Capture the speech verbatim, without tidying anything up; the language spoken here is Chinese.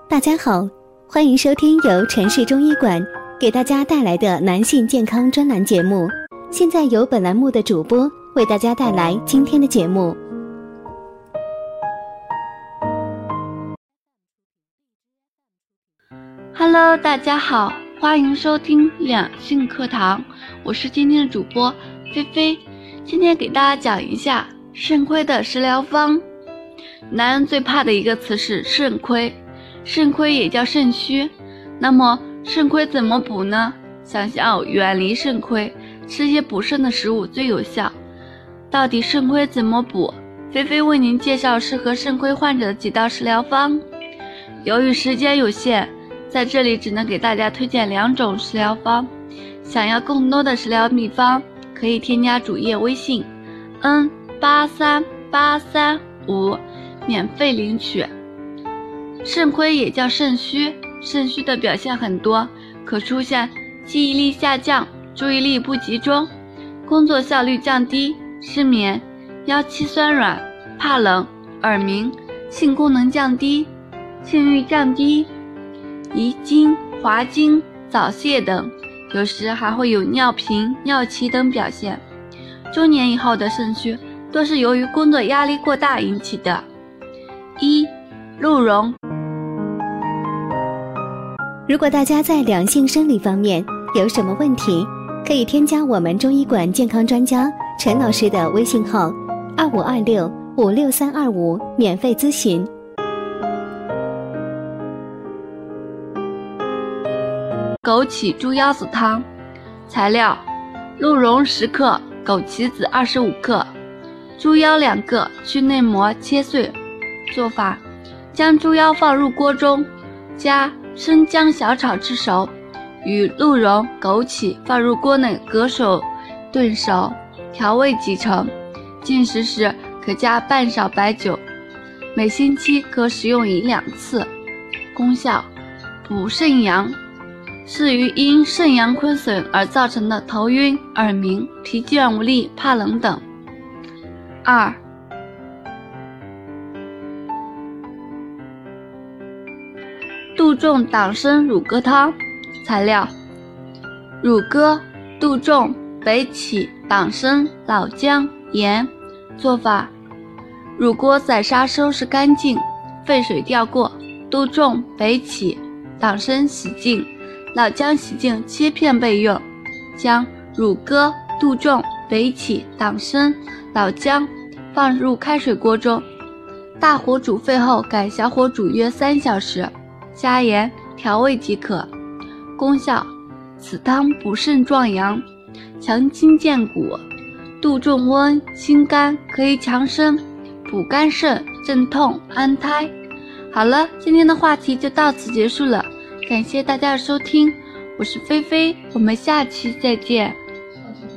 大家好，欢迎收听由城市中医馆给大家带来的男性健康专栏节目。现在由本栏目的主播为大家带来今天的节目。 Hello， 大家好，欢迎收听两性课堂，我是今天的主播菲菲。今天给大家讲一下肾亏的食疗方。男人最怕的一个词是肾亏，肾亏也叫肾虚。那么肾亏怎么补呢？想要远离肾亏，吃些补肾的食物最有效。到底肾亏怎么补？菲菲为您介绍适合肾亏患者的几道食疗方。由于时间有限，在这里只能给大家推荐两种食疗方。想要更多的食疗秘方，可以添加主页微信 N 八三八三五，免费领取。肾亏也叫肾虚，肾虚的表现很多，可出现记忆力下降、注意力不集中、工作效率降低、失眠、腰膝酸软、怕冷、耳鸣、性功能降低、性欲降低、遗精、滑精、早泄等，有时还会有尿频、尿急等表现。中年以后的肾虚多是由于工作压力过大引起的。一、鹿茸。 如果大家在两性生理方面有什么问题，可以添加我们中医馆健康专家陈老师的微信号二五二六五六三二五免费咨询。 枸杞猪腰子汤。材料：鹿茸十克，枸杞子二十五克，猪腰两个，去内膜切碎。做法：将猪腰放入锅中，加生姜小炒至熟，与鹿茸、枸杞放入锅内隔水炖熟，调味即成。进食时可加半勺白酒，每星期可食用一两次。功效：补肾阳，适于因肾阳亏损而造成的头晕、耳鸣、疲倦无力、怕冷等。二、杜仲党参乳鸽汤。材料：乳鸽、杜仲、北芪、党参、老姜、盐。做法：乳鸽宰杀收拾干净，沸水吊过，杜仲、北芪、党参洗净，老姜洗净切片备用。将乳鸽、杜仲、北芪、党参、老姜放入开水锅中，大火煮沸后改小火煮约三小时，加盐调味即可。功效：此汤补肾壮阳，强筋健骨。杜仲温心肝，可以强身补肝肾，镇痛安胎。好了，今天的话题就到此结束了，感谢大家的收听，我是菲菲，我们下期再见。